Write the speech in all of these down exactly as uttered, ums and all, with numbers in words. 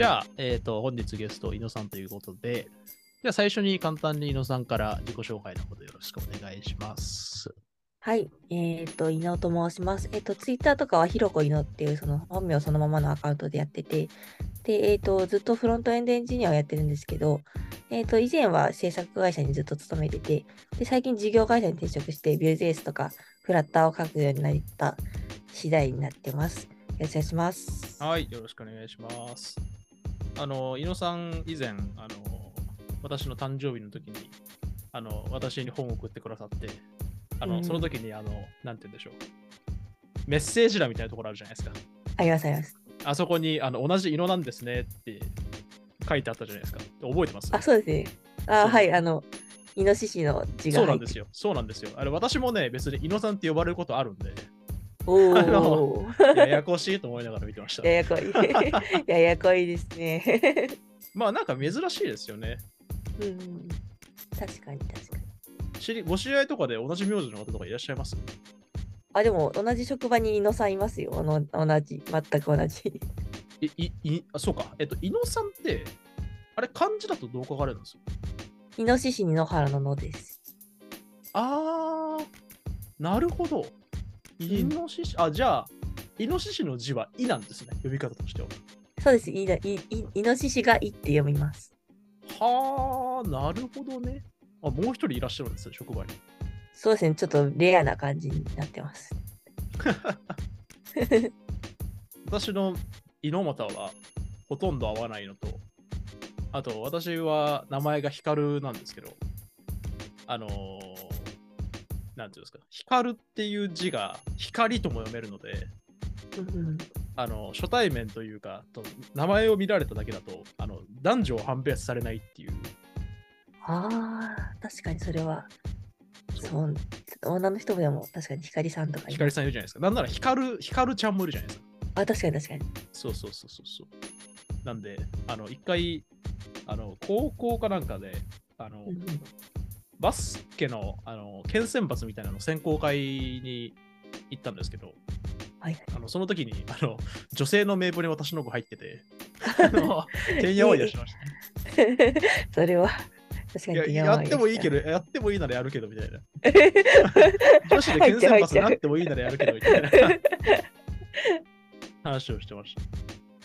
じゃあ、えっ、と、本日ゲスト、井野さんということで、じゃあ最初に簡単に井野さんから自己紹介のほどよろしくお願いします。 はい、えっ、と、伊野と申します。えっ、と、ツイッターとかはひろこ伊野っていうその本名そのままのアカウントでやってて、で、えっ、と、ずっとフロントエンドエンジニアをやってるんですけど、えっ、と、以前は制作会社にずっと勤めてて、で、最近事業会社に転職して、ビュージェイエスとかフラッターを書くようになった次第になってます。よろしくお願いします。 はい、よろしくお願いします。あの、井野さん、以前、あの、私の誕生日の時に、あの、私に本を送ってくださって、あの、 うん、 その時に、あの、なんて言うんでしょう。メッセージ欄みたいなところあるじゃないですか。 あります、あります。 あそこに、あの、同じ井野なんですねって書いてあったじゃないですか。覚えてます？ あ、そうですね。あ、はい、あの、イノシシの字が入ってる。 そうなんですよ。そうなんですよ。あれ、私もね、別に井野さんって呼ばれることあるんで、あの、 おー。 ややこしいと思いながら見てました。 ややこい。ややこいですね。 まあ、なんか珍しいですよね。 うん。確かに確かに。 知りご知り合いとかで同じ名字の方とかいらっしゃいます？ あ、でも同じ職場に伊野さんいますよ。あの同じ、全く同じ。 い、い、い、あ、そうか。えっと、井野さんって、あれ、漢字だとどう書かれるんですよ？ イノシシに野原の野です。 あー、なるほど。イノシシ、うん、あ、じゃあ、イノシシの字はイなんですね。呼び方としては。 そうです。イノイイイノシシがイって読みます。 はー、なるほどね。あ、もう一人いらっしゃるんですね、職場に。 そうですね。ちょっとレアな感じになってます。 私の猪俣はほとんど合わないのと、あと私は名前が光なんですけど、あのー、なんていうんですか、光っていう字が光とも読めるので、あの初対面というかと、名前を見られただけだと、あの男女を判別されないっていう。 ああ、確かにそれは。そう、女の人でも確かに光さんとかい光さんいるじゃないですか。なんなら光、光ちゃんもいるじゃないですか。 あ、確かに確かに。 そうそうそうそうそう。なんで、あの、一回、あの、高校かなんかで、あの、うん、バスケの、あの、県選抜みたいなの選考会に行ったんですけど、 はい、 あのその時にあの女性の名簿に私の子入ってて、あのてんやわんやしました、 ね。それは確かにいややってもいいけど、やってもいいならやるけどみたいな。女子で県選抜になってもいいならやるけどみたいな話をしてました。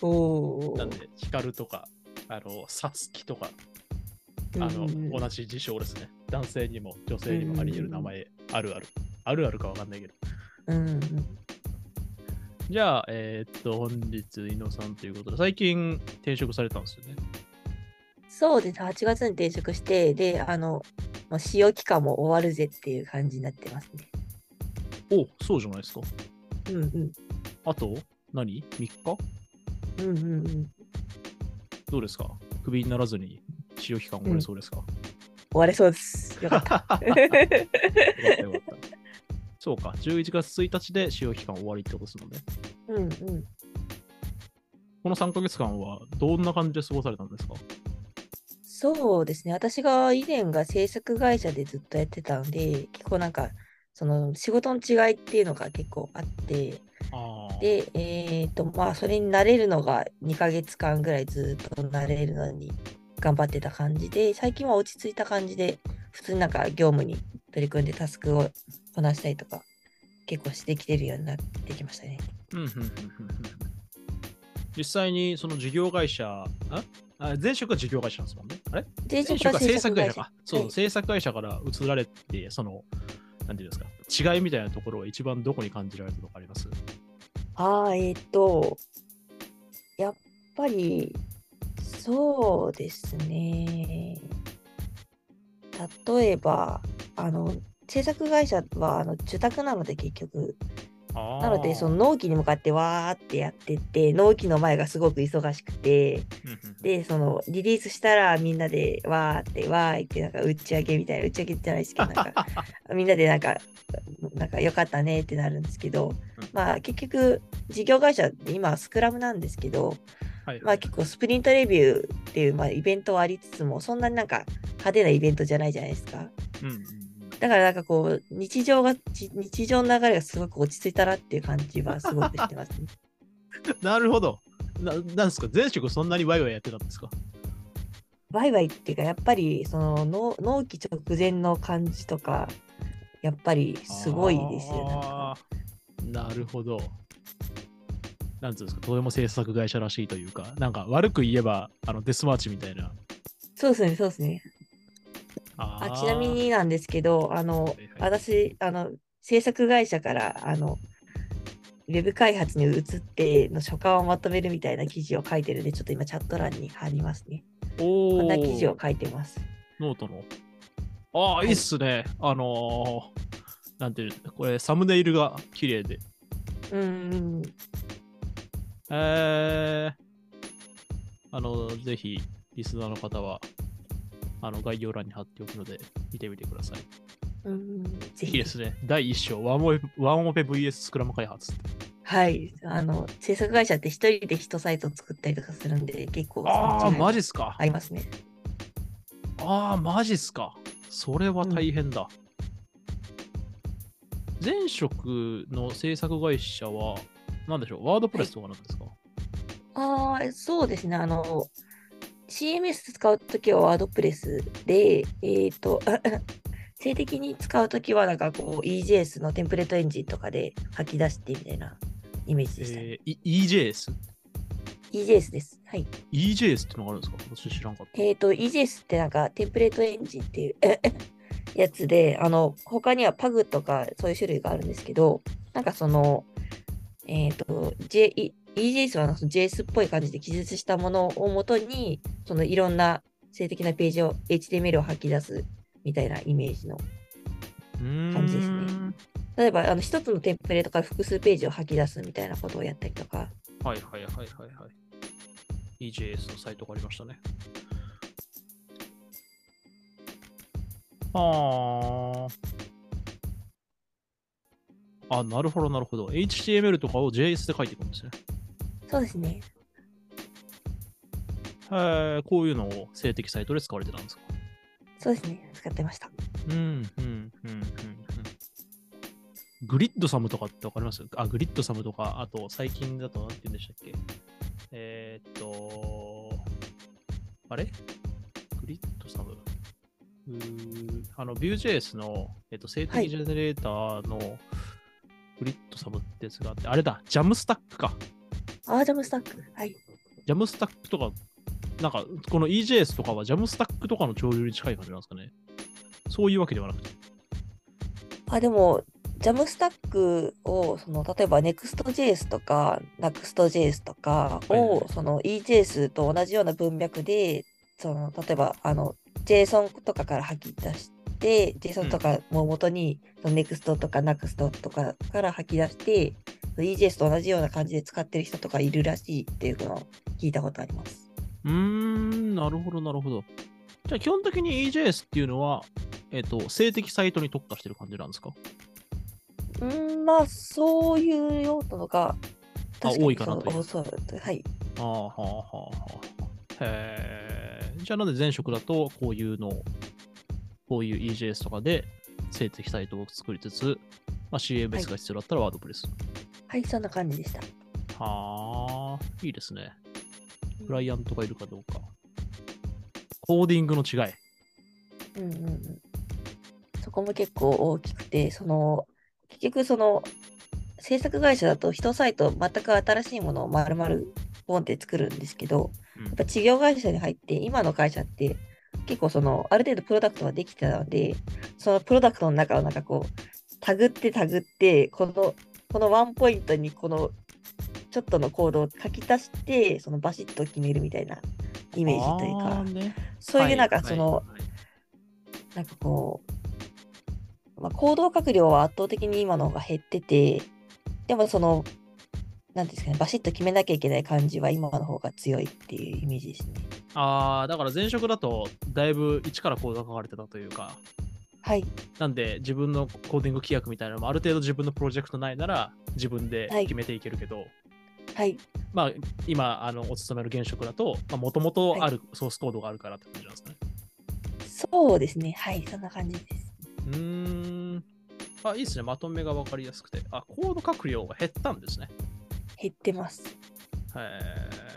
おなんで、光とか、あの、さつきとか、あの、うん、同じ事象ですね。男性にも女性にもあり得る名前、あるある。あるあるかわかんないけど。 うんうん、 じゃあ、えー、っと、本日、井野さんということで、最近転職されたんですよね。 そうです。はちがつに転職して、で、あの、まあ、使用期間も終わるぜっていう感じになってますね。 お、そうじゃないですか。 うんうん。 あと、何 ?みっ 日うんうんうん。 どうですか？クビにならずに使用期間終われそうですか？うん、 終われそうです。よかった。よかったよかった。 そうか、じゅういちがつついたちで使用期間終わりってことですので。 うんうん。 このさんかげつかんはどんな感じで過ごされたんですか？ そうですね。私が以前が制作会社でずっとやってたので、結構なんか、その仕事の違いっていうのが結構あって、 あで、えっと、まあ、それに慣れるのがにかげつかんぐらいずっと慣れるのに頑張ってた感じで、最近は落ち着いた感じで、普通になんか業務に取り組んでタスクをこなしたりとか、結構してきてるようになってきましたね。 うんうんうんうん。実際にその事業会社、あ前職は事業会社なんですもんね。あれ前職は制作会社か。そう、 はい、 制作会社から移られて、その、なんていうんですか、違いみたいなところは一番どこに感じられたとかあります？ ああ、えっと、やっぱり、そうですね。例えば、あの、制作会社はあの受託なので結局、なので、その納期に向かってわーってやってって、納期の前がすごく忙しくて、で、そのリリースしたらみんなでわーってわーってなんか打ち上げみたいな、打ち上げじゃないですけど、なんかみんなでなんか、なんかよかったねってなるんですけど、まあ結局、事業会社って今スクラムなんですけど、はいはい、まあ結構スプリントレビューっていう、まあ、イベントはありつつも、そんなになんか派手なイベントじゃないじゃないですか。うんうんだからなんかこう日常が日常の流れがすごく落ち着いたなっていう感じはすごくしてますね。 なるほど。 な、なんですか、前職そんなにワイワイやってたんですか？ ワイワイっていうか、やっぱりその納納期直前の感じとか、やっぱりすごいですよ、なんか。 あー、なるほど。なんつうんですか、とても制作会社らしいというか、なんか悪く言えば、あのデスマーチみたいな。 そうですね、そうですね。あ、ちなみあになんですけど、あの、 はいはい。 私、あの、制作会社から、あの、ウェブ開発に移っての書簡をまとめるみたいな記事を書いてるんで、ちょっと今チャット欄に貼りますね。こんな記事おー、 を書いてます。 ノートの。ああ、いいっはい。 すね。あのー、なんていう、これ、サムネイルが綺麗で。 うーん。 えー、あの、ぜひ、リスナーの方は、あの、概要欄に貼っておくので、見てみてください。 うーん。ぜひぜひ。 いいですね。だいいっ章、ワンオペ、ワンオペ ブイエス ススクラム開発。 はい。あの、制作会社って一人で一サイト作ったりとかするんで、結構そっああ、 ちの方がマジっすか。 ありますね。 ああ、マジっすか。それはうん。 大変だ。前職の制作会社は、なんでしょう、ワードプはい。 レスとかなんですか？ ああ、そうですね。あの、シーエムエス 使うときはワードプレスで、えっと、性的に使うときはなんかこう イージェーエス のテンプレートエンジンとかで吐き出してみたいなイメージでしたね。 えー、イージェーエス？ イージェーエス です。はい。 イージェーエス ってのがあるんですか？私知らんかった。 えっと、イージェーエス ってなんかテンプレートエンジンっていうやつで、あの、他には パグ とかそういう種類があるんですけど、なんかその、えっと、J、イージェーエス はその ジェイエス っぽい感じで記述したものをもとに、そのいろんな性的なページを、エイチティーエムエル を吐き出すみたいなイメージのうー感じですね。 ん。 例えば、あの一つのテンプレートから複数ページを吐き出すみたいなことをやったりとか。 はいはいはいはいはい。イージェーエス のサイトがありましたね。ああ。あ、なるほどなるほど。エイチティーエムエル とかを ジェイエス で書いていくんですね。 そうですね。 へー、こういうのを性的サイトで使われてたんですか？ そうですね。使ってました。 うん、うん、うん、うん、うん。グリッドサムとかってわかります？あ、グリッドサムとか、あと最近だと何て言うんでしたっけ？えー、っと、あれグリッドサム。うーあの、Vue.js の、えっと、静はい。 的ジェネレーターのグリッドサムってやつがあって、あれだ、ジャムスタックか。 アージャムスタック。はい。 ジャムスタックとか、なんか、この イージェーエス とかはジャムスタックとかの潮流に近い感じなんですかね。そういうわけではなくて。 あ、でも、ジャムスタックを、その、例えば Next.js とか Next.js とかはいはいはい。 を、その イージェーエス と同じような文脈で、その、例えば、あの、JSON とかから吐き出して、 う JSON とん。 かも元に、その Next とか Next とかから吐き出して、イージェーエス と同じような感じで使ってる人とかいるらしいっていうのを聞いたことあります。 うーん、なるほど、なるほど。じゃあ、基本的に イージェーエス っていうのは、えっと、性的サイトに特化してる感じなんですか？ うーん、まあ、そういう用途が、 あ、 確か多いにそう、 かなという。 おそう、はい。 ああ、はあ、はあ、はあ。へえ。じゃあ、なんで前職だと、こういうのを、こういう イージェーエス とかで、性的サイトを作りつつ、まあ、 はシーエムエスい。 が必要だったらワードプレス。 はい、そんな感じでした。 はあ、いいですね。クライうん、 アントがいるかどうか。コーディングの違い。 うんうんうん。そこも結構大きくて、その、結局その、制作会社だと一サイト全く新しいものを丸々ポンって作るんですけど、 うん。 やっぱ事業会社に入って、今の会社って結構その、ある程度プロダクトができてたので、そのプロダクトの中をなんかこう、タグってタグって、この、このワンポイントにこのちょっとのコードを書き足して、そのバシッと決めるみたいなイメージというか、 ああね。 そういうなんかはいはい。 その、なんかこう、まあ、行動閣僚は圧倒的に今の方が減ってて、でもその、なんていうんですかね、バシッと決めなきゃいけない感じは今の方が強いっていうイメージですね。 ああ、だから前職だと、だいぶ一からコードが書かれてたというか、 はい。 なんで自分のコーディング規約みたいなのもある程度自分のプロジェクト内なら自分ではい。 決めていけるけど、 はい。 まあ今あのお勤める現職だと、もともとはい。 あるソースコードがあるからって感じなんですかね。 そうですね。はい。そんな感じです。 うーん。あ、いいですね。まとめが分かりやすくて。あ、コード書く量が減ったんですね。 減ってます。 へ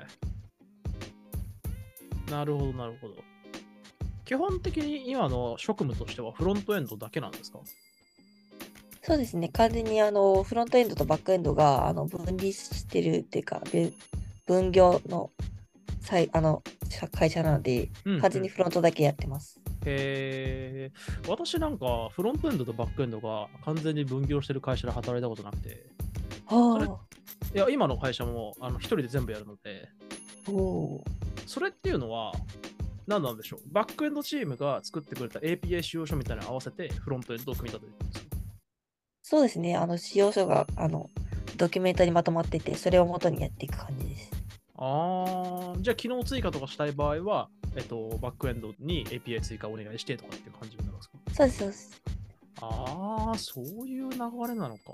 なるほど、なるほど。基本的に今の職務としてはフロントエンドだけなんですか？ そうですね。完全にあのフロントエンドとバックエンドがあの分離してるっていうか、べ分業のさいあの社会社なので、 うん、うん。 完全にフロントだけやってます。 へー、私なんかフロントエンドとバックエンドが完全に分業してる会社で働いたことなくて、それ、いはや、今の会社もあの一人で全部やるので、 あ。おー。 それっていうのは何なんでしょう？バックエンドチームが作ってくれた エーピーアイ 使用書みたいなのを合わせてフロントエンドを組み立ててるんですか？ そうですね。あの使用書があのドキュメントにまとまってて、それを元にやっていく感じです。 あー、じゃあ機能追加とかしたい場合は、えっと、バックエンドに エーピーアイ 追加お願いしてとかっていう感じになりますか？ そうです、そうです。 あー、そういう流れなのか。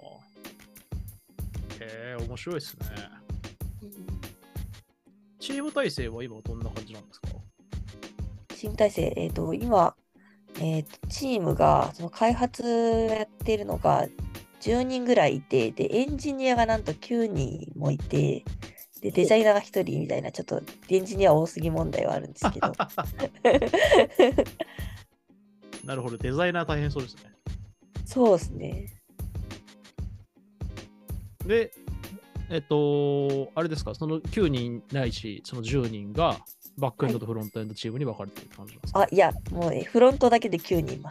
へー、面白いですね。 うん、 チーム体制は今どんな感じなんですか？ チーム体制、えっと、今、えっと、チームが、その開発やっているのがじゅうにんぐらいいて、で、エンジニアがなんときゅうにんもいて、で、デザイナーがひとりみたいな、ちょっとエンジニア多すぎ問題はあるんですけど。 なるほど、デザイナー大変そうですね。 そうですね。 で、えっと、あれですか、そのきゅうにんないし、そのじゅうにんがバックエンドとフロントエンドチームに分かれてる感じなんですか？ あ、いや、もうね、フロントだけできゅうにんいます。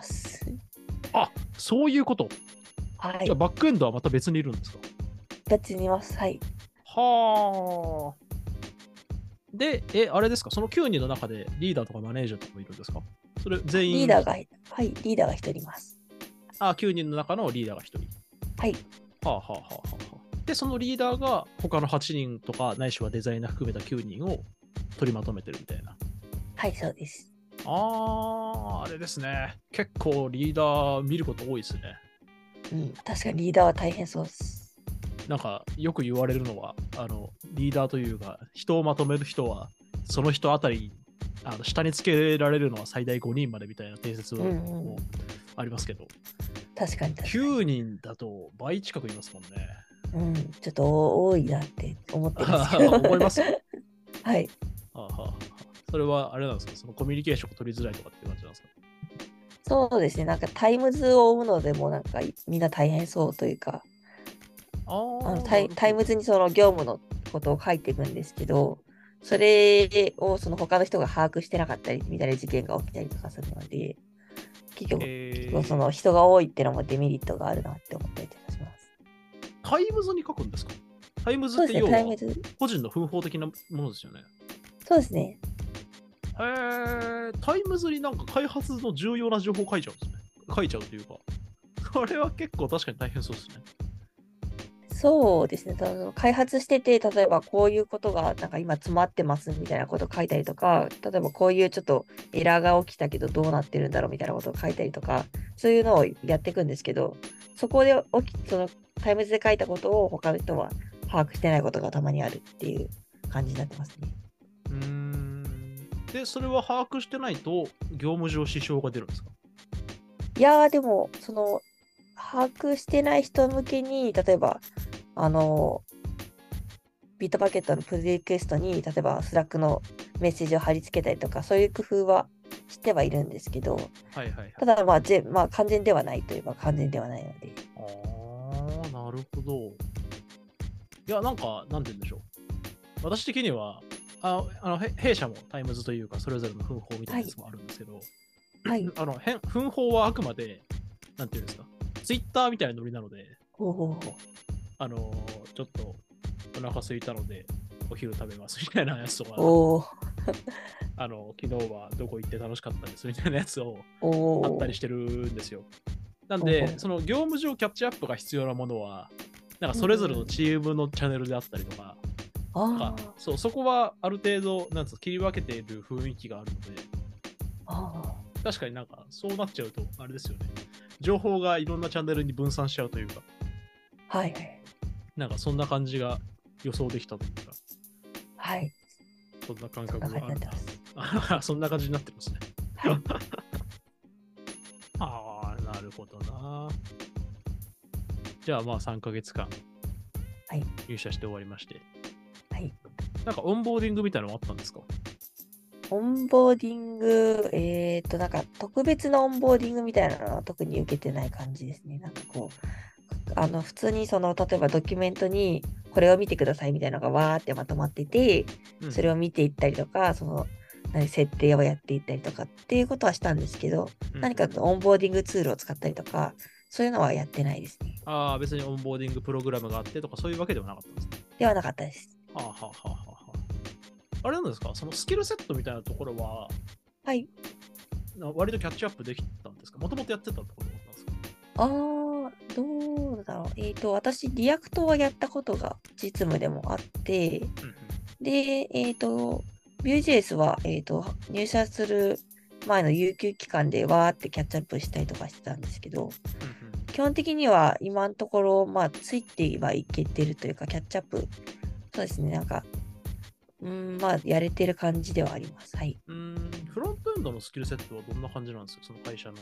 あ、そういうこと。じゃあ、 はい。 バックエンドはまた別にいるんですか？ 別にいます。はい。 はあ。で、え、あれですか、そのきゅうにんの中でリーダーとかマネージャーとかもいるんですか？それ全員、 リーダーが、はい、リーダーがひとりいます。 あ、きゅうにんの中のリーダーがひとり。 はい。 はあはあはあはあ。で、そのリーダーが他のはちにんとか、ないしはデザイナー含めたきゅうにんを取りまとめてるみたいな。 はい、そうです。 あー、あれですね。結構リーダー見ること多いですね。 うん、確かにリーダーは大変そうです。 なんかよく言われるのは、あの、リーダーというか、人をまとめる人は、その人あたり、あの下につけられるのは最大ごにんまでみたいな定説うんうもん。 ありますけど、 確かに確かに。 きゅうにんだと倍近くいますもんね。 うん、ちょっと多いなって思ってるんですけど。 思いますはい。 はあはあはあ、それはあれなんですか、そのコミュニケーションが取りづらいとかっていう感じなんですか？ そうですね。なんかタイムズを追うのでもなんかみんな大変そうというか、 ああ、 あのタイ、 なるほど。 タイムズにその業務のことを書いていくんですけど、それをその他の人が把握してなかったりみたいな事件が起きたりとかするので、結局、結構そえー、 の人が多いってのもデメリットがあるなって思ったりとかします。 タイムズに書くんですか？タイムズそうですね、 って要はタイムズ。 個人の風報的なものですよね。 そうですね。 へー、タイムズになんか開発の重要な情報書いちゃうんですね。書いちゃうというか。これは結構確かに大変そうですね。 そうですね。ただ開発してて、例えばこういうことがなんか今詰まってますみたいなことを書いたりとか、例えばこういうちょっとエラーが起きたけどどうなってるんだろうみたいなことを書いたりとか、そういうのをやっていくんですけど、そこで起き、そのタイムズで書いたことを他の人は把握してないことがたまにあるっていう感じになってますね。 うーん。で、それは把握してないと業務上支障が出るんですか？ いやー、でも、その、把握してない人向けに、例えば、あの、ビートパケットのプルリクエストに、例えば、スラックのメッセージを貼り付けたりとか、そういう工夫はしてはいるんですけど、 はいはいはい。 ただ、まあ、ぜまあ、完全ではないといえば完全ではないので。 あー、なるほど。いや、なんか、なんて言うんでしょう。私的には、ああのへ弊社もタイムズというか、それぞれの奮法みたいはい、 なやつもあるんですけど、 はい。 あのへん奮法はあくまで、なんていうんですか、ツイッターみたいなノリなので、 ほうほうほう。 あのーちょっとお腹空いたので、お昼食べますみたいなやつとか、 おー、 あの昨日はどこ行って楽しかったですみたいなやつを貼ったおー、 りしてるんですよ。なんほうほう。 で、その業務上キャッチアップが必要なものは、なんかうんそれぞれうん、 のチームのチャンネルであったりとか、なんかあそうそこはある程度なんつう切り分けている雰囲気があるので、 あ、あ確かになんかそうなっちゃうとあれですよね。情報がいろんなチャンネルに分散しちゃうというか、 あ、はい、はい。 なんかそんな感じが予想できたというか、 はい。 そんな感そんな覚がある感じになってます。 な。そんな感じになってますね。 はい。 ああ、なるほどな。じゃあまあさんかげつかんはい。 入社して終わりまして、 はい。 なんかオンボーディングみたいなのもあったんですか？ オンボーディング、えっと、なんか特別なオンボーディングみたいなのは特に受けてない感じですね。なんかこう、あの、普通にその、例えばドキュメントにこれを見てくださいみたいなのがわーってまとまってて、 うんうん。 それを見ていったりとか、その、何、設定をやっていったりとかっていうことはしたんですけど、 うんうん。 何かオンボーディングツールを使ったりとか、そういうのはやってないですね。 ああ、別にオンボーディングプログラムがあってとかそういうわけではなかったんですね。 ではなかったです。 はあはあはあはあはあ。あれなんですか、そのスキルセットみたいなところは、 はい。 な割とキャッチアップできたんですか？もともとやってたところなんですか？ ああ、どうだろう。えっと、私、リアクトはやったことが実務でもあって、 うんうん。 で、えっと、Vue.js は、えっと、入社する前の有給期間でわーってキャッチアップしたりとかしてたんですけど、 うんうん。 基本的には今のところ、まあ、ついてはいけてるというか、キャッチアップ、そうですね、なんか、うん、まあ、やれてる感じではあります。はい。 うーん、フロントエンドのスキルセットはどんな感じなんですか、その会社の。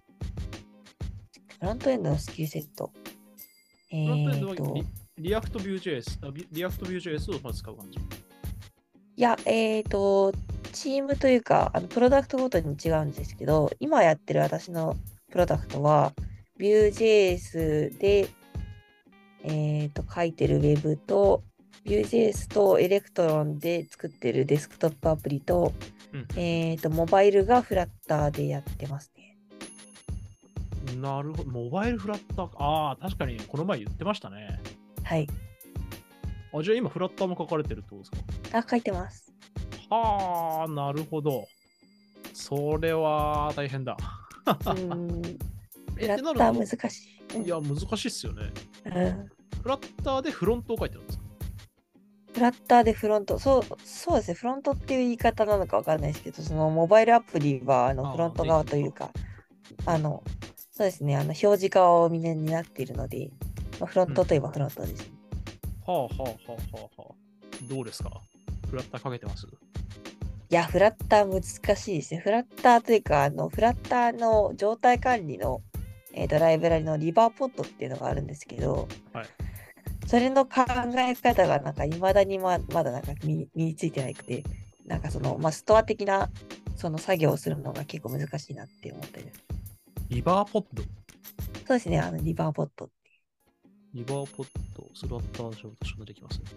フロントエンドのスキルセット。 フロントエンえっと、 ドはリリアクトビュー JS、あビリアクトビュー JS をまず使う感じ。 いや、えっと、チームというか、あのプロダクトごとに違うんですけど、今やってる私のプロダクトは、Vue.js で、えっと、書いてる Web と、Vue.js と Electron で作ってるデスクトップアプリと、 うんうんえっと、モバイルがフラッターでやってますね。 うん、なるほど。モバイルフラッターか。ああ、確かにこの前言ってましたね。 はい。 あ、じゃあ今フラッターも書かれてるってことですか？ あ、書いてます。 はあ、なるほど。それは大変だ。 うーん、 え、 フラッってなると、 ター難しい。うん。 いや、難しいっすよね。 うん、 フラッターでフロントを書いてるんですか？ フラッターでフロント、そう、そうですね、フロントっていう言い方なのかわかんないですけど、そのモバイルアプリはあのフロああ、 ントネイティブか。 側というか、あの、そうですね、あの表示側をみんなになっているので、まあ、フロンうん。 トといえばフロントですね。 はあはあはあはあはあ。どうですか？フラッターかけてます？ いや、フラッター難しいですね。フラッターというか、あのフラッターの状態管理の、えーと、ライブラリのリバーポットっていうのがあるんですけど、 はい。 それの考え方がなんか未だにま、まだなんか身に身についてなくて、なんかその、まあ、ストア的なその作業をするのが結構難しいなって思ってる。 リバーポッド。 そうですね、あのリバーポット。 リバーポッド、スラッターショートショートできますね。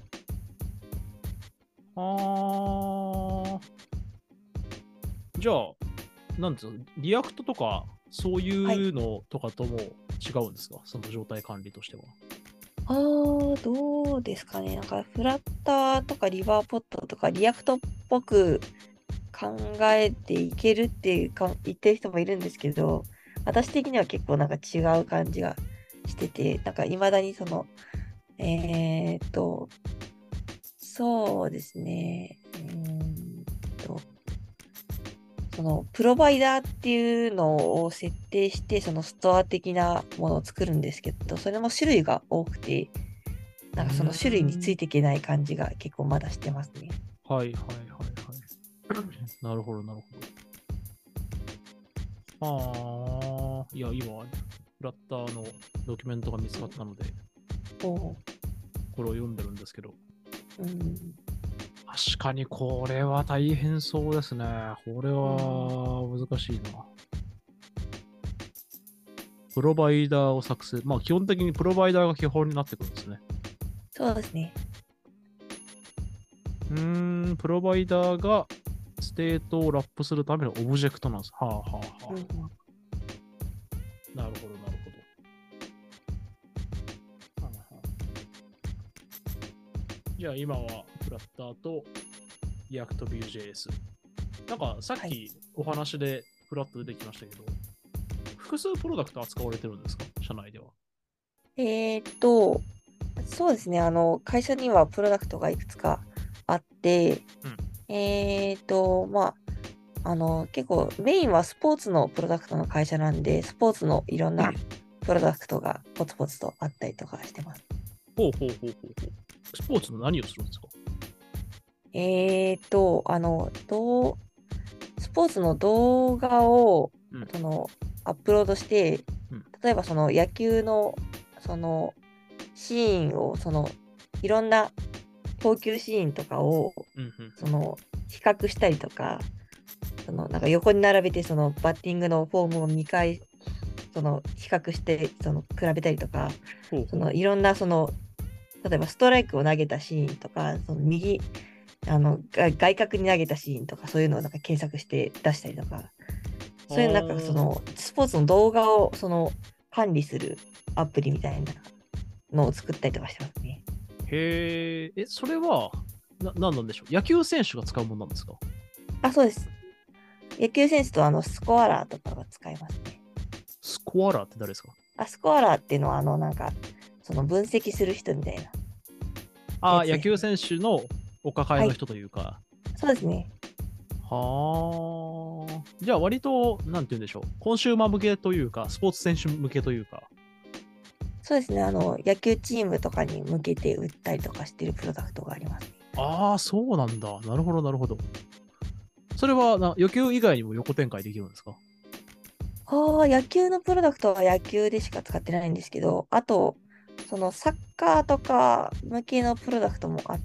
あー。じゃあ、なんですか、リアクトとか、そうはい。 いうのとかとも違うんですか、その状態管理としては。 あー、どうですかね。なんかフラッターとかリバーポットとかリアクトっぽく考えていけるっていうか言ってる人もいるんですけど、私的には結構なんか違う感じがしてて、なんか未だにその、えーっと、そうですね。うーんと、そのプロバイダーっていうのを設定して、そのストア的なものを作るんですけど、それも種類が多くて、 うーなんかその種類についん。 ていけない感じが結構まだしてますね。 はいはいはいはい。なるほどなるほど。はあ。いや、今、フラッターのドキュメントが見つかったので、 おう、 これを読んでるんですけど、 うん、 確かにこれは大変そうですね。これうん、 は難しいな。プロバイダーを作成。まあ基本的にプロバイダーが基本になってくるんですね。 そうですね。 うーん、プロバイダーがステートをラップするためのオブジェクトなんです。はあはあはあ。 うん、 なるほど、なるほど。はあはあ、じゃあ今はフラッターと React.Vue.js。なんかさっはい。 きお話でフラット出てきましたけど、複数プロダクト扱われてるんですか、社内では。 えーっと、そうですね。あの、会社にはプロダクトがいくつかあって、 うん。 えーっと、まあ、あの、結構メインはスポーツのプロダクトの会社なんで、スポーツのいろんなプロダクトがポツポツとあったりとかしてます。 ほうほうほうほうほう。スポーツの何をするんですか？ えーっと、あの、どう、スポーツの動画を、 うん。 その、アップロードして、 うん。 例えばその野球の、その、シーンを、その、いろんな投球シーンとかを、 うん。うん。 その、 比較したりとか、そのなんか横に並べてそのバッティングのフォームをにかいその比較してその比べたりとか、 ほうほうそのいろんなその例えばストライクを投げたシーンとか、その右あのが外角に投げたシーンとか、そういうのをなんか検索して出したりとか、そういうなんかそのスポーツの動画をその管理するアプリみたいなのを作ったりとかしてますね。 へえ、え、それは、な、なんなんでしょう。野球選手が使うものなんですか？ あ、そうです。野球選手とあのスコアラーとかが使えますね。 スコアラーって誰ですか？ あ、スコアラーっていうのはあのなんかその分析する人みたいなああ、 やつですね。 野球選手のお抱えはい、 の人というか。 そうですね。 はあ。じゃあ割と、なんて言うんでしょう。コンシューマー向けというか、スポーツ選手向けというか。 そうですね。あの野球チームとかに向けて売ったりとかしてるプロダクトがありますね。 ああ、そうなんだ。なるほど、なるほど。それはな野球以外にも横展開できるんですか？ ああ、野球のプロダクトは野球でしか使ってないんですけど、あと、そのサッカーとか向けのプロダクトもあって、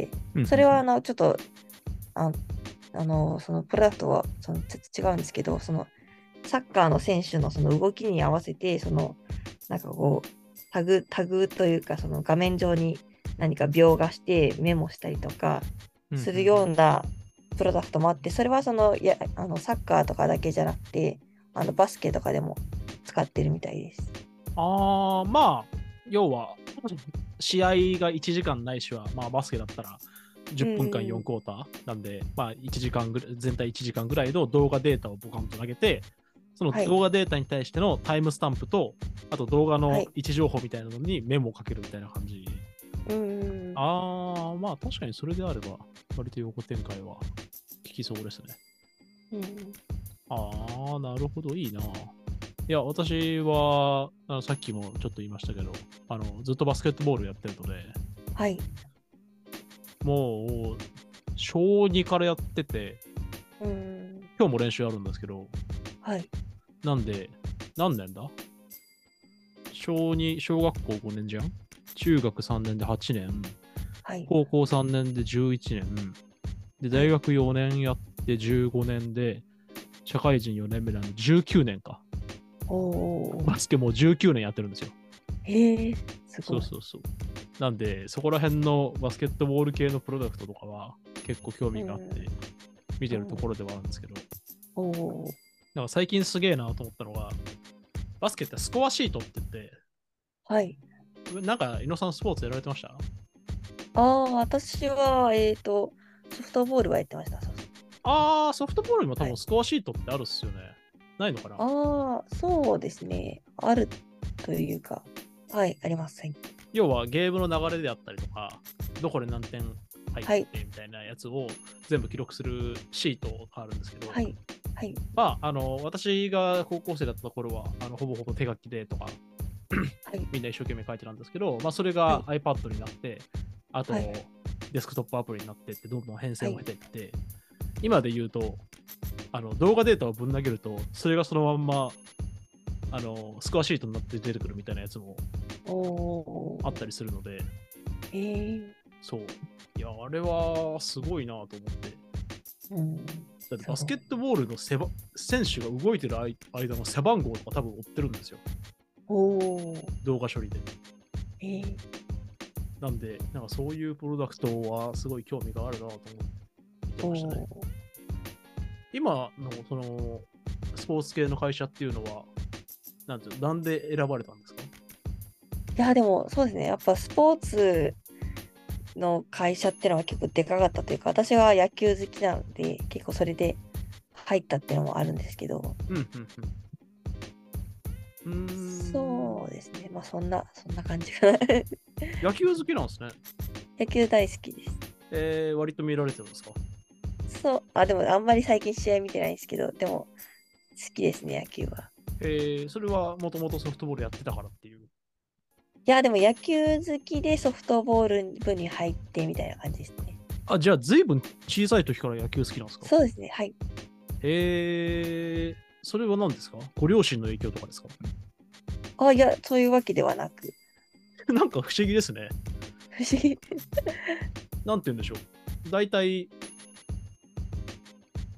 うんうんそれはあの、ちょっと、あ、あの、そのプロダクトはそのちょっと違うんですけど、そのサッカーの選手のその動きに合わせて、その、なんかこう、タグ、タグというか、その画面上に何か描画してメモしたりとかうんうんするようなプロダクトもあって、それはその、いや、あの、サッカーとかだけじゃなくて、あの、バスケとかでも使ってるみたいです。 ああ、まあ、要は、試合がいちじかんないしは、まあ、バスケだったら10分間よんクォーターなんで、まあ、いちじかんぐらい、全体いちじかんぐらいの動画データをボカンと投げて、そのはい。 動画データに対してのタイムスタンプと、あと動画のはい。 位置情報みたいなのにメモをかけるみたいな感じ。 うーん。 ああ、まあ確かにそれであれば、割と横展開は効きそうですね。 うん。 ああ、なるほど、いいな。いや、私は、あのさっきもちょっと言いましたけど、あのずっとバスケットボールやってるので、 はい。 もう、小にからやってて、 うーん。 今日も練習あるんですけど、 はい。 なんで、何年だ小に、小学校ごねんじゃん、中学さんねんではちねん、 はい。 高校さんねんでじゅういちねん、で、 はい。 大学よねんやってじゅうごねんで、社会人よねんめなんでじゅうきゅうねんか。 おー。 バスケもうじゅうきゅうねんやってるんですよ。 へえ、すごい。 そうそうそう。なんで、そこら辺のバスケットボール系のプロダクトとかは結構興味があって見てるところではあるんですけど、 おー。 なんか最近すげえなと思ったのが、バスケってスコアシートって言って、 はい。 なんか猪野さんスポーツやられてました？ ああ、私は、えっと、ソフトボールはやってました。そうそう。 あー、ソフトボールにも多はい。 分スコアシートってあるっすよね。ないのかな？ ああ、そうですね。あるというか、はい、あります。はい。 要はゲームの流れであったりとか、どこで何点入っはい。 てみたいなやつを全部記録するシートがあるんですけど、 はい。はい。 まあ、あの、私が高校生だった頃は、あのほぼほぼ手書きでとか、 はい。 みんな一生懸命書いてたんですけど、まあ、それがはい。 iPad になって、あと、 はい。 デスクトップアプリになってって、どんどん変遷を経はい。 ていって、今で言うと、あの動画データをぶん投げると、それがそのまんま、あの、スコアシートになって出てくるみたいなやつもおー。 あったりするので、 えー。 そう。いや、あれはすごいなと思って。 うん。 だってバスケッすごい。 トボールの背ば選手が動いてる間の背番号とか多分追ってるんですよ。 おー。 動画処理で。 えー。 なんで、なんかそういうプロダクトはすごい興味があるなと思って見てましたね。 おー。 今のそのスポーツ系の会社っていうのは、なんていうの、なんで選ばれたんですか？ いや、でも、そうですね。やっぱスポーツの会社っていうのは結構でかかったというか、私は野球好きなので、結構それで入ったっていうのもあるんですけど、 うんうんうん。うーん。 そうですね。まあ、そんな、そんな感じかな。 野球好きなんですね。 野球大好きです。 えー、割と見られてるんですか？ そう、あ、でもあんまり最近試合見てないんですけど、でも好きですね、野球は。 えー、それはもともとソフトボールやってたからっていう。 いや、でも野球好きでソフトボール部に入ってみたいな感じですね。 あ、じゃあ随分小さい時から野球好きなんですか？ そうですね、はい。 えー、それは何ですか？ご両親の影響とかですか？ あ、いや、そういうわけではなく、 なんか不思議ですね。 不思議。 なんて言うんでしょう。大体、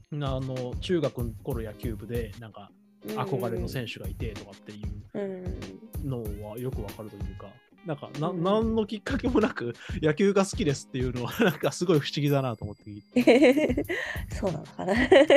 あの中学の頃野球部でなんか憧れの選手がいてとかっていうのはよくわかるというか、なんかな、うん、何のきっかけもなく野球が好きですっていうのはなんかすごい不思議だなと思って聞いてそうなのかな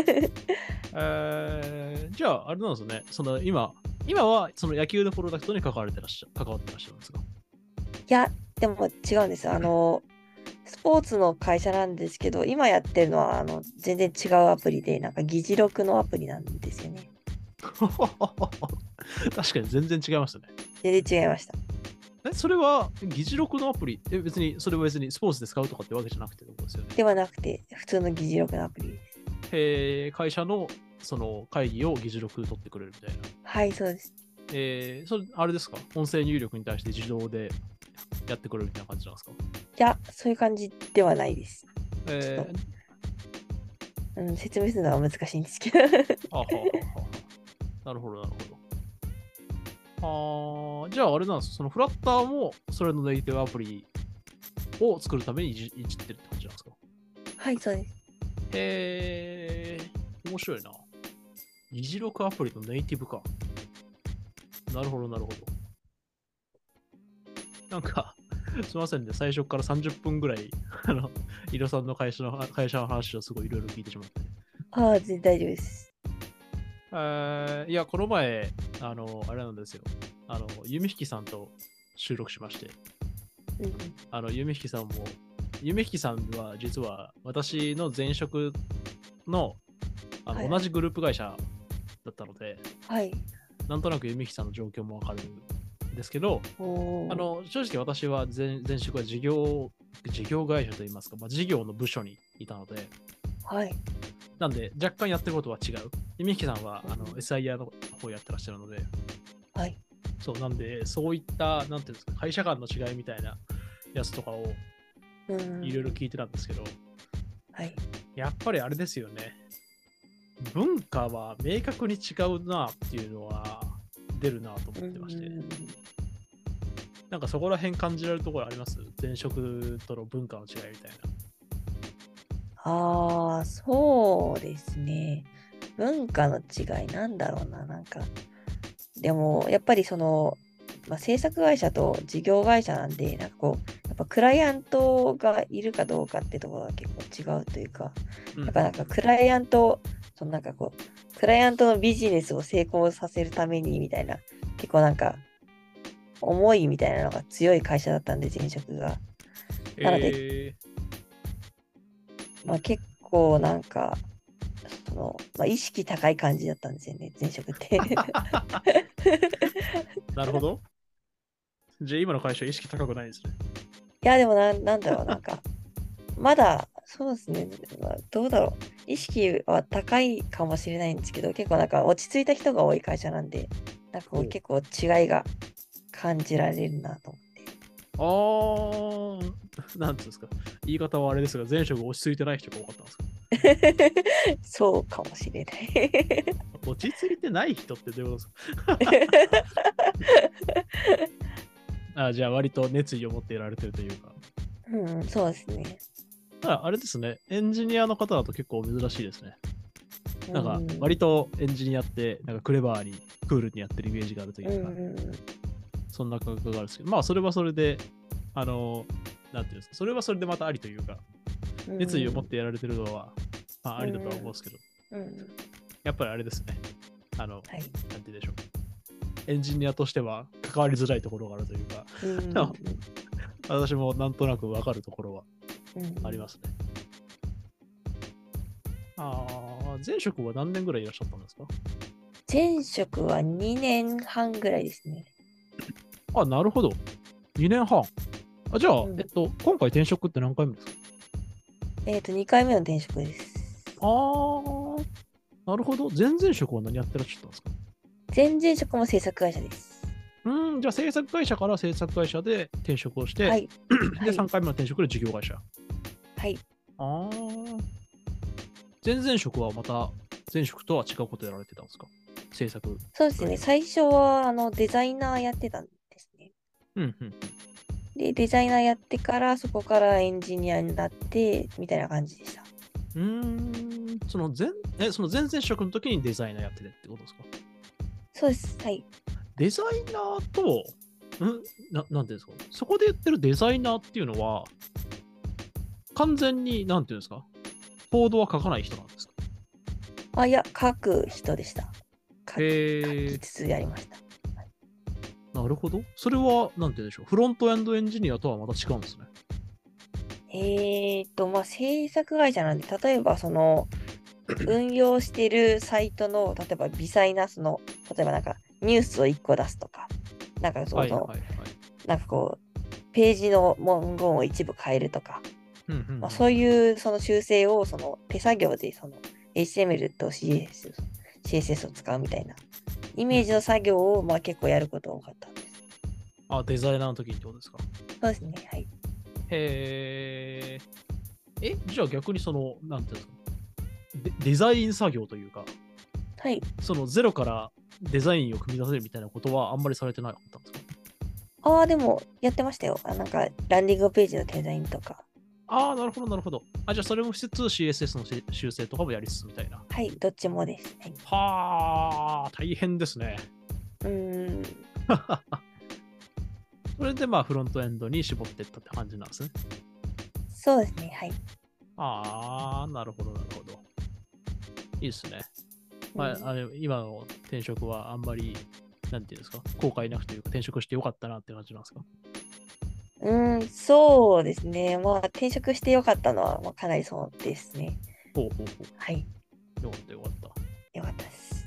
えー、じゃああれなんですね、その今今はその野球のプロダクトに関われてらっしゃ関わってらっしゃるんですか？ いやでも違うんです。あのスポーツの会社なんですけど、今やってるのはあの全然違うアプリで、なんか議事録のアプリなんですよね。 確かに全然違いましたね。 全然違いました。 え、それは議事録のアプリ、え、別に、それは別にスポーツで使うとかってわけじゃなくてですよね。 ではなくて、普通の議事録のアプリです。 えー、会社のその会議を議事録取ってくれるみたいな。 はい、そうです。 えー、それ、あれですか？音声入力に対して自動でやってくれるみたいな感じなんですか？ いや、そういう感じではないです。 えー、うん、説明するのは難しいんですけど。 はあはあはあ、なるほど、なるほど。ああ、じゃああれなんです。そのフラッターもそれのネイティブアプリを作るためにいじいじってるって感じなんですか？ はい、そうです。 へえ、面白いな。議事録アプリのネイティブか。なるほど、なるほど。なんか、すみませんね、最初からさんじゅっぷんぐらい、あの、井戸さんの会社の会社の話をすごいいろいろ聞いてしまって。 ああ、全然大丈夫です。 えー、いや、この前、あの、あれなんですよ。あの、弓引さんと収録しまして、 うん、 あの、弓引さんも、弓引さんは実は私の前職の、あの、はいはい、同じグループ会社だったので、 はい、 なんとなく弓引さんの状況もわかるんですけど、あの正直私は 前, 前職は事業事業会社といいますか、まあ、事業の部署にいたので、 はい、 なんで若干やってることは違う。弓引さんは、うん、あの エスアイアール の方やってらっしゃるので、 はい、 そうなんでそういったなんていうんですか、会社間の違いみたいなやつとかをいろいろ聞いてたんですけど、 はい、 やっぱりあれですよね。文化は明確に違うなっていうのは出るなと思ってまして、なんかそこら辺感じられるところあります？前職との文化の違いみたいな。 ああ、そうですね。文化の違いなんだろうな、なんか。でも、やっぱりその、まあ、制作会社と事業会社なんで、なんかこう、やっぱクライアントがいるかどうかってところが結構違うというか、うん、やっぱなんかクライアント、そのなんかこう、クライアントのビジネスを成功させるためにみたいな、結構なんか、思いみたいなのが強い会社だったんで、前職が。なので、えー、まあ、結構なんか、そのまあ、意識高い感じだったんですよね、前職って。 なるほど。じゃあ今の会社意識高くないですね。 いや、でもな、なんだろう、なんか、まだ、そうですね、まあ、どうだろう。意識は高いかもしれないんですけど、結構なんか落ち着いた人が多い会社なんで、なんか結構違いが感じられるなと思って。 あー、なんていうんですか。言い方はあれですが、前職落ち着いてない人が多かったんですか？ そうかもしれない。 落ち着いてない人ってどういうことですか？あ、じゃあ割と熱意を持っていられてるというか。 うん、そうですね。 あ、あれですね。エンジニアの方だと結構珍しいですね。なんか割とエンジニアってなんかクレバーにクールにやってるイメージがあるというか、うん、そんな感覚があるんですけど、まあそれはそれで、あの、なんていうんですか、それはそれでまたありというか、熱意を持ってやられてるのは、まあ、ありだとは思うんですけど、うんうん、やっぱりあれですね。あの、はい、なんて言うんでしょう。エンジニアとしては関わりづらいところがあるというか、うん私もなんとなく分かるところはありますね。うん、ああ、前職は何年ぐらいいらっしゃったんですか？ 前職はにねんはんぐらいですね。 あ、なるほど。にねんはん。あ、じゃあ、うん、えっと、今回転職って何回目ですか？ えっと、にかいめの転職です。 ああ、なるほど。前々職は何やってらっしゃったんですか？ 前々職も制作会社です。 うん、じゃあ制作会社から制作会社で転職をして、はい、で、さんかいめの転職で事業会社。 はい。 ああ。前々職はまた前職とは違うことやられてたんですか？制作。 そうですね。最初はあのデザイナーやってたんですね。 うんうん。 で、デザイナーやってから、そこからエンジニアになって、みたいな感じでした。 うーん。 ん、その前、え、その前々職の時にデザイナーやっててってことですか？ そうです。はい。 デザイナーと、んななんていうんですか、そこで言ってるデザイナーっていうのは、完全に、なんていうんですか、コードは書かない人なんですか？ あ、いや、書く人でした。書きへえ、 書きつつやりました。 なるほど。それは、なんて言うんでしょう、フロントエンドエンジニアとはまた違うんですね。 えーっと、まあ、制作会社なんで、例えば、その、運用してるサイトの、例えば、微細な、その、例えばなんか、ニュースをいっこ出すとか、なんかその、 はいはいはい。 なんかこう、ページの文言を一部変えるとか、 うんうんうん、 まあ、そういうその修正をその手作業でその エイチティーエムエル と シーエスエス、シーエスエス を使うみたいなイメージの作業をまあ結構やることが多かったんです。 あ、デザイナーの時にってことですか？ そうですね。はい。 へえ。え、じゃあ逆にその、なんていうんですか、デデザイン作業というか、 はい。 そのゼロからデザインを組み出せるみたいなことはあんまりされてなかったんですか？ ああ、でもやってましたよ。あ、なんかランディングページのデザインとか。 ああ、なるほど、なるほど。あ、じゃあそれもしつつ シーエスエス のし修正とかもやりつつみたいな。 はい。どっちもです。はい。 はあ、大変ですね。 うーん。 それでまあフロントエンドに絞っていったって感じなんですね。 そうですね。はい。 ああ、なるほど、なるほど。いいですね。まあ、 うん、 あれ今の転職はあんまり、なんていうんですか、後悔なくというか転職してよかったなって感じなんですか？ うーん、そうですね。まあ転職してよかったのは、まあ、かなりそうですね。 ほうほうほはい。 う。よかったよかった。 よかったです。